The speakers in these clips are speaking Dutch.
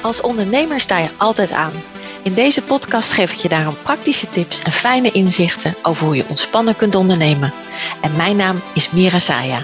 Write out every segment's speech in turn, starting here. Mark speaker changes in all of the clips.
Speaker 1: Als ondernemer sta je altijd aan. In deze podcast geef ik je daarom praktische tips en fijne inzichten over hoe je ontspannen kunt ondernemen. En mijn naam is Mira Saya.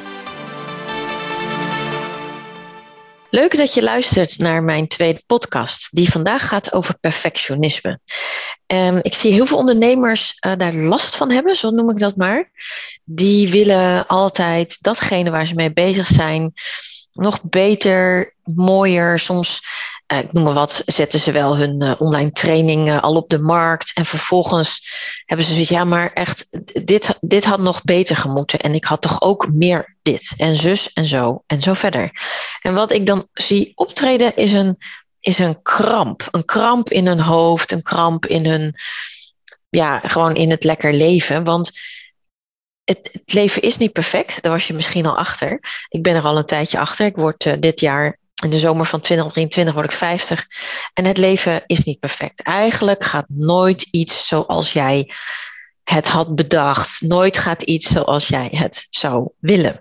Speaker 1: Leuk dat je luistert naar mijn tweede podcast, die vandaag gaat over perfectionisme. Ik zie heel veel ondernemers daar last van hebben, zo noem ik dat maar. Die willen altijd datgene waar ze mee bezig zijn nog beter, mooier. Soms, ik noem maar wat, zetten ze wel hun online training al op de markt. En vervolgens hebben ze zoiets, ja, maar echt, dit had nog beter gemoeten. En ik had toch ook meer dit en zus en zo verder. En wat ik dan zie optreden is een kramp. Een kramp in hun hoofd, een kramp in hun, ja, gewoon in het lekker leven. Want het leven is niet perfect, daar was je misschien al achter. Ik ben er al een tijdje achter. Ik word dit jaar, in de zomer van 2023, word ik 50. En het leven is niet perfect. Eigenlijk gaat nooit iets zoals jij het had bedacht. Nooit gaat iets zoals jij het zou willen.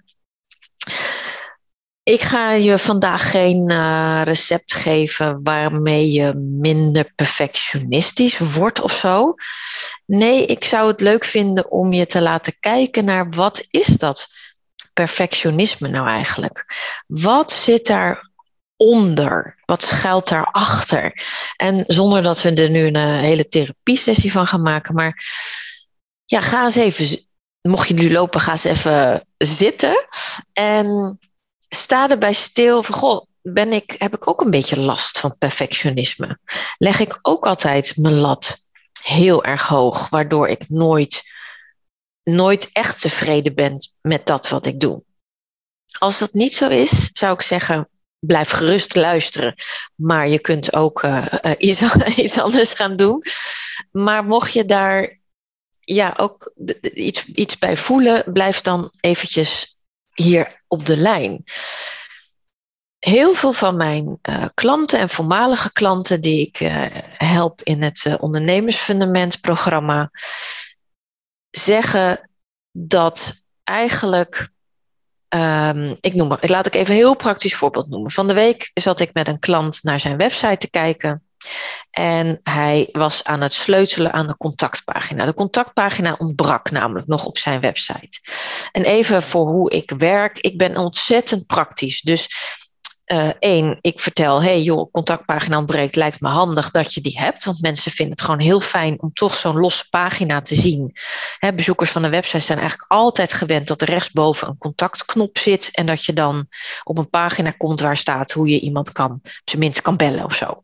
Speaker 1: Ik ga je vandaag geen recept geven waarmee je minder perfectionistisch wordt of zo. Nee, ik zou het leuk vinden om je te laten kijken naar wat is dat perfectionisme nou eigenlijk? Wat zit daaronder? Wat schuilt daarachter? En zonder dat we er nu een hele therapiesessie van gaan maken, maar ja, ga eens even, mocht je nu lopen, ga eens even zitten en sta erbij stil van, goh, heb ik ook een beetje last van perfectionisme? Leg ik ook altijd mijn lat heel erg hoog, waardoor ik nooit echt tevreden ben met dat wat ik doe? Als dat niet zo is, zou ik zeggen, blijf gerust luisteren. Maar je kunt ook iets anders gaan doen. Maar mocht je daar ook iets bij voelen, blijf dan eventjes hier op de lijn. Heel veel van mijn klanten en voormalige klanten die ik help in het ondernemersfundament programma zeggen dat eigenlijk, laat ik even een heel praktisch voorbeeld noemen. Van de week zat ik met een klant naar zijn website te kijken. En hij was aan het sleutelen aan de contactpagina. De contactpagina ontbrak namelijk nog op zijn website. En even voor hoe ik werk. Ik ben ontzettend praktisch. Dus ik vertel, hey joh, contactpagina ontbreekt. Lijkt me handig dat je die hebt. Want mensen vinden het gewoon heel fijn om toch zo'n losse pagina te zien. Bezoekers van de website zijn eigenlijk altijd gewend dat er rechtsboven een contactknop zit. En dat je dan op een pagina komt waar staat hoe je iemand op zijn minst kan bellen of zo.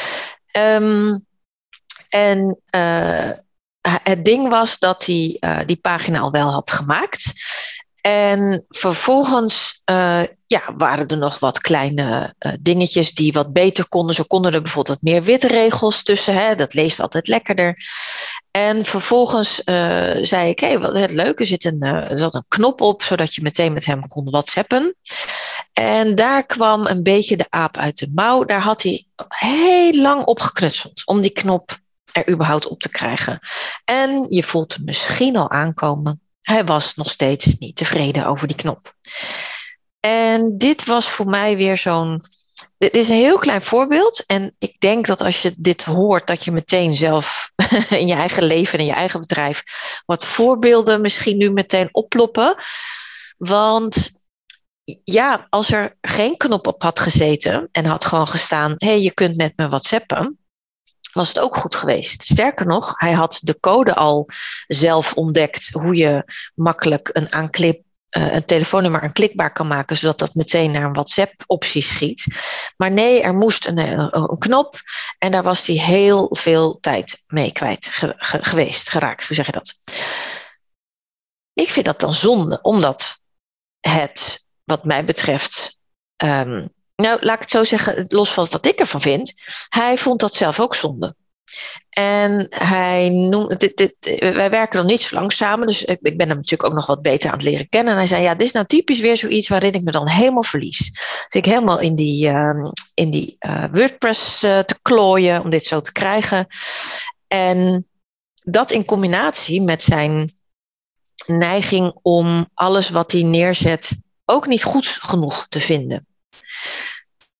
Speaker 1: Het ding was dat hij die pagina al wel had gemaakt. En vervolgens waren er nog wat kleine dingetjes die wat beter konden. Zo konden er bijvoorbeeld wat meer witte regels tussen. Dat leest altijd lekkerder. En vervolgens zei ik, wat het leuke, er zat een knop op, zodat je meteen met hem kon whatsappen. En daar kwam een beetje de aap uit de mouw. Daar had hij heel lang op geknutseld om die knop er überhaupt op te krijgen. En je voelt hem misschien al aankomen. Hij was nog steeds niet tevreden over die knop. En dit was voor mij weer dit is een heel klein voorbeeld. En ik denk dat als je dit hoort, dat je meteen zelf in je eigen leven en in je eigen bedrijf wat voorbeelden misschien nu meteen oploppen. Want ja, als er geen knop op had gezeten en had gewoon gestaan, hey, je kunt met me whatsappen, was het ook goed geweest. Sterker nog, hij had de code al zelf ontdekt hoe je makkelijk een telefoonnummer aanklikbaar kan maken, zodat dat meteen naar een WhatsApp-optie schiet. Maar nee, er moest een knop en daar was hij heel veel tijd mee kwijt geraakt. Hoe zeg je dat? Ik vind dat dan zonde, omdat het, wat mij betreft, laat ik het zo zeggen, los van wat ik ervan vind, hij vond dat zelf ook zonde. En hij noemde, wij werken nog niet zo lang samen, dus ik ben hem natuurlijk ook nog wat beter aan het leren kennen. En hij zei, dit is nou typisch weer zoiets waarin ik me dan helemaal verlies. Dus ik helemaal in die WordPress te klooien om dit zo te krijgen. En dat in combinatie met zijn neiging om alles wat hij neerzet ook niet goed genoeg te vinden.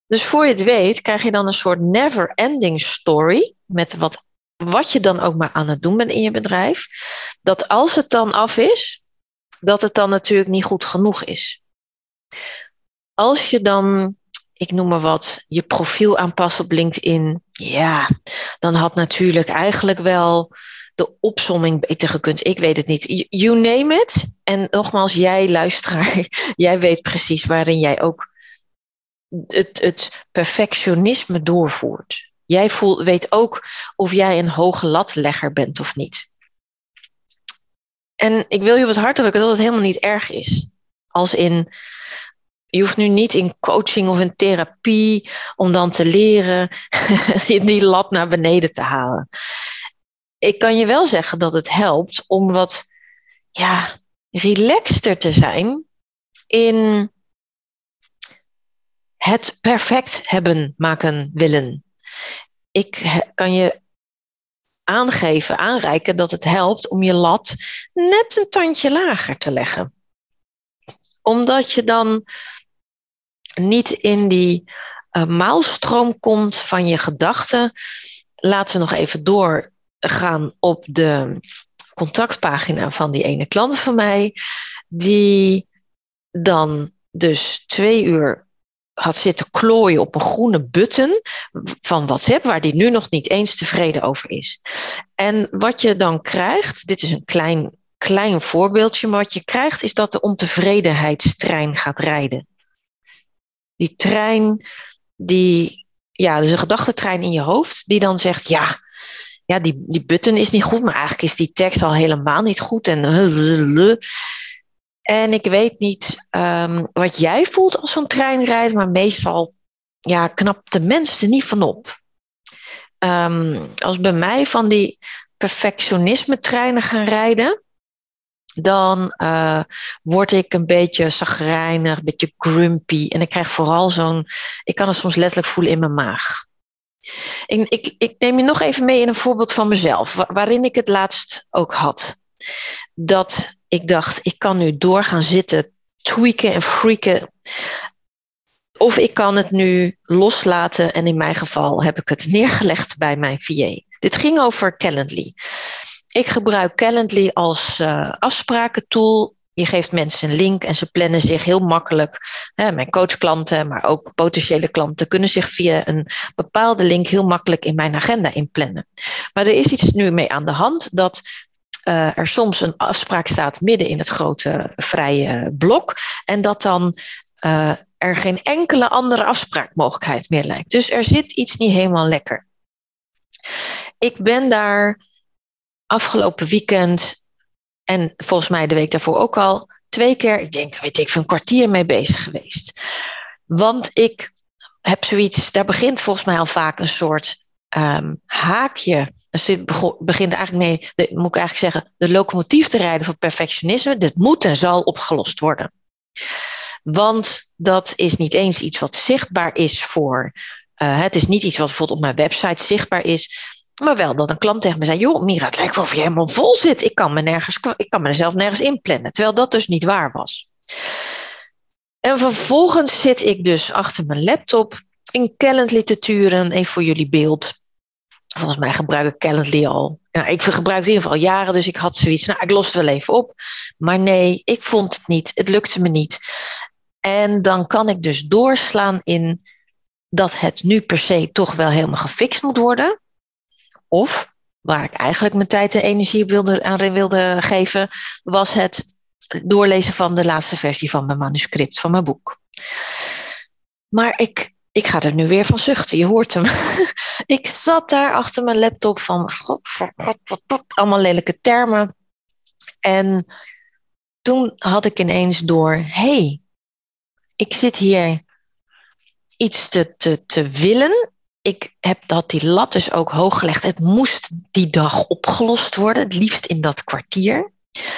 Speaker 1: Dus voor je het weet, krijg je dan een soort never-ending story met wat je dan ook maar aan het doen bent in je bedrijf. Dat als het dan af is, dat het dan natuurlijk niet goed genoeg is. Als je dan, ik noem maar wat, je profiel aanpast op LinkedIn, ja, dan had natuurlijk eigenlijk wel de opsomming beter gekund. Ik weet het niet. You name it. En nogmaals, jij luisteraar, jij weet precies waarin jij ook het perfectionisme doorvoert. Jij weet ook of jij een hoge latlegger bent of niet. En ik wil je op het hart drukken dat het helemaal niet erg is. Als in, je hoeft nu niet in coaching of in therapie om dan te leren die lat naar beneden te halen. Ik kan je wel zeggen dat het helpt om wat relaxter te zijn in het perfect hebben, maken, willen. Ik kan je aanreiken dat het helpt om je lat net een tandje lager te leggen. Omdat je dan niet in die maalstroom komt van je gedachten. Laten we nog even doorgaan op de contactpagina van die ene klant van mij, die dan dus 2 uur had zitten klooien op een groene button van WhatsApp, waar die nu nog niet eens tevreden over is. En wat je dan krijgt, dit is een klein voorbeeldje, maar wat je krijgt is dat de ontevredenheidstrein gaat rijden. Die trein, dus een gedachtentrein in je hoofd, die dan zegt, die button is niet goed, maar eigenlijk is die tekst al helemaal niet goed. En ik weet niet wat jij voelt als zo'n trein rijdt, maar meestal knapt de mens er niet van op. Als bij mij van die perfectionisme treinen gaan rijden, dan word ik een beetje chagrijnig, een beetje grumpy. En ik krijg vooral ik kan het soms letterlijk voelen in mijn maag. Ik neem je nog even mee in een voorbeeld van mezelf, waarin ik het laatst ook had. Dat ik dacht, ik kan nu door gaan zitten, tweaken en freaken. Of ik kan het nu loslaten en in mijn geval heb ik het neergelegd bij mijn VA. Dit ging over Calendly. Ik gebruik Calendly als afsprakentool. Je geeft mensen een link en ze plannen zich heel makkelijk. Mijn coachklanten, maar ook potentiële klanten kunnen zich via een bepaalde link heel makkelijk in mijn agenda inplannen. Maar er is iets nu mee aan de hand dat er soms een afspraak staat midden in het grote vrije blok en dat dan er geen enkele andere afspraakmogelijkheid meer lijkt. Dus er zit iets niet helemaal lekker. Ik ben daar afgelopen weekend en volgens mij de week daarvoor ook al 2 keer, ik denk, een kwartier mee bezig geweest. Want ik heb zoiets, daar begint volgens mij al vaak een soort haakje. Dus dit begint eigenlijk, moet ik eigenlijk zeggen, de locomotief te rijden van perfectionisme. Dit moet en zal opgelost worden. Want dat is niet eens iets wat zichtbaar is voor. Het is niet iets wat bijvoorbeeld op mijn website zichtbaar is. Maar wel dat een klant tegen me zei, joh Mira, het lijkt wel of je helemaal vol zit. Ik kan me er zelf nergens inplannen. Terwijl dat dus niet waar was. En vervolgens zit ik dus achter mijn laptop in Calendly te turen. Even voor jullie beeld. Volgens mij gebruik ik Calendly al. Ik gebruik het in ieder geval al jaren, dus ik had zoiets. Ik los het wel even op. Maar nee, ik vond het niet. Het lukte me niet. En dan kan ik dus doorslaan in dat het nu per se toch wel helemaal gefixt moet worden. Of, waar ik eigenlijk mijn tijd en energie aan wilde geven, was het doorlezen van de laatste versie van mijn manuscript, van mijn boek. Maar ik ga er nu weer van zuchten, je hoort hem. Ik zat daar achter mijn laptop van, allemaal lelijke termen. En toen had ik ineens door, ik zit hier iets te willen. Ik had die lat dus ook hoog gelegd. Het moest die dag opgelost worden, het liefst in dat kwartier.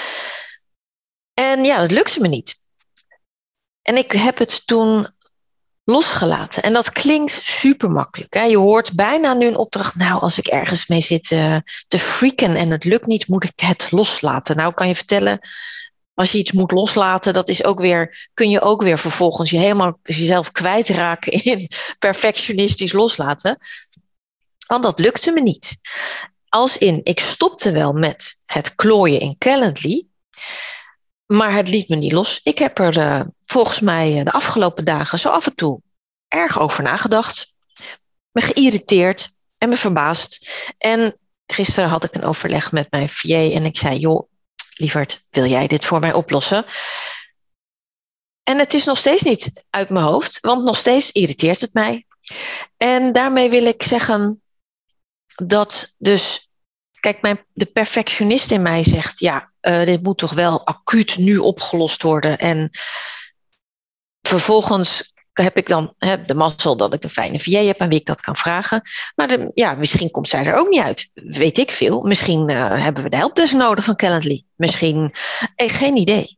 Speaker 1: En dat lukte me niet. En ik heb het toen losgelaten. En dat klinkt super makkelijk. Hè? Je hoort bijna nu een opdracht. Als ik ergens mee zit te freaken en het lukt niet, moet ik het loslaten. Nou, kan je vertellen, als je iets moet loslaten, dat is ook weer, kun je ook weer vervolgens jezelf kwijtraken in perfectionistisch loslaten. Want dat lukte me niet. Ik stopte wel met het klooien in Calendly, maar het liet me niet los. Ik heb er volgens mij de afgelopen dagen zo af en toe erg over nagedacht. Me geïrriteerd en me verbaasd. En gisteren had ik een overleg met mijn VA en ik zei, joh, lieverd, wil jij dit voor mij oplossen? En het is nog steeds niet uit mijn hoofd, want nog steeds irriteert het mij. En daarmee wil ik zeggen dat dus, kijk, de perfectionist in mij zegt, ja, dit moet toch wel acuut nu opgelost worden. En vervolgens heb ik dan de mazzel dat ik een fijne VA heb aan wie ik dat kan vragen. Maar misschien komt zij er ook niet uit. Weet ik veel. Misschien hebben we de helpdesk nodig van Calendly. Misschien, geen idee.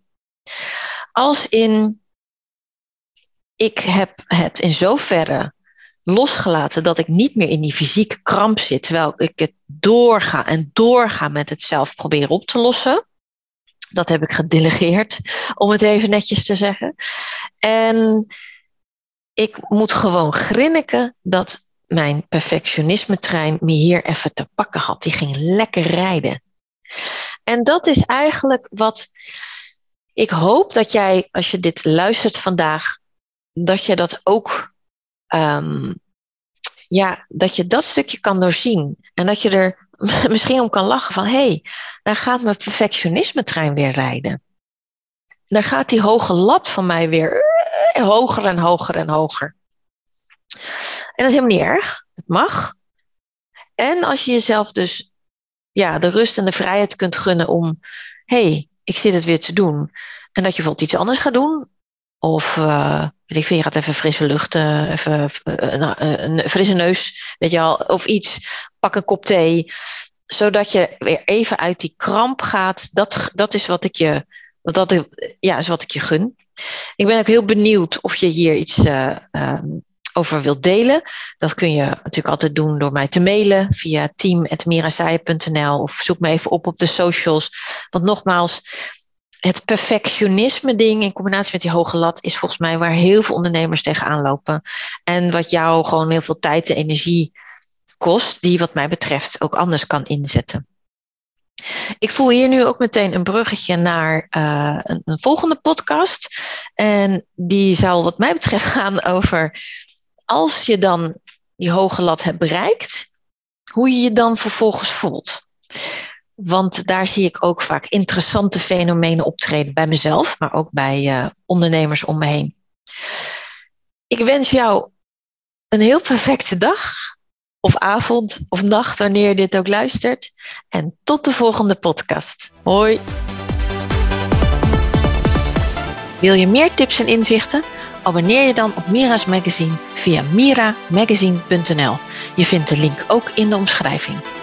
Speaker 1: Ik heb het in zoverre losgelaten dat ik niet meer in die fysieke kramp zit, terwijl ik het doorga met het zelf proberen op te lossen. Dat heb ik gedelegeerd, om het even netjes te zeggen. En ik moet gewoon grinniken dat mijn perfectionisme-trein me hier even te pakken had. Die ging lekker rijden. En dat is eigenlijk wat ik hoop dat jij, als je dit luistert vandaag, dat je dat ook, dat je dat stukje kan doorzien. En dat je er misschien om kan lachen van, hé, daar gaat mijn perfectionisme-trein weer rijden. Daar gaat die hoge lat van mij weer hoger en hoger en hoger. En dat is helemaal niet erg. Het mag. En als je jezelf dus de rust en de vrijheid kunt gunnen om, ik zit het weer te doen. En dat je bijvoorbeeld iets anders gaat doen. Of je gaat even frisse lucht, even een frisse neus, weet je wel, of iets. Pak een kop thee. Zodat je weer even uit die kramp gaat. Dat is wat ik je gun. Ik ben ook heel benieuwd of je hier iets over wilt delen. Dat kun je natuurlijk altijd doen door mij te mailen via team@mirasaya.nl of zoek me even op de socials. Want nogmaals, het perfectionisme ding in combinatie met die hoge lat is volgens mij waar heel veel ondernemers tegenaan lopen. En wat jou gewoon heel veel tijd en energie kost, die wat mij betreft ook anders kan inzetten. Ik voel hier nu ook meteen een bruggetje naar een volgende podcast. En die zal wat mij betreft gaan over, als je dan die hoge lat hebt bereikt, hoe je je dan vervolgens voelt. Want daar zie ik ook vaak interessante fenomenen optreden bij mezelf, maar ook bij ondernemers om me heen. Ik wens jou een heel perfecte dag, of avond, of nacht, wanneer je dit ook luistert. En tot de volgende podcast. Hoi! Wil je meer tips en inzichten? Abonneer je dan op Mira's Magazine via miramagazine.nl. Je vindt de link ook in de omschrijving.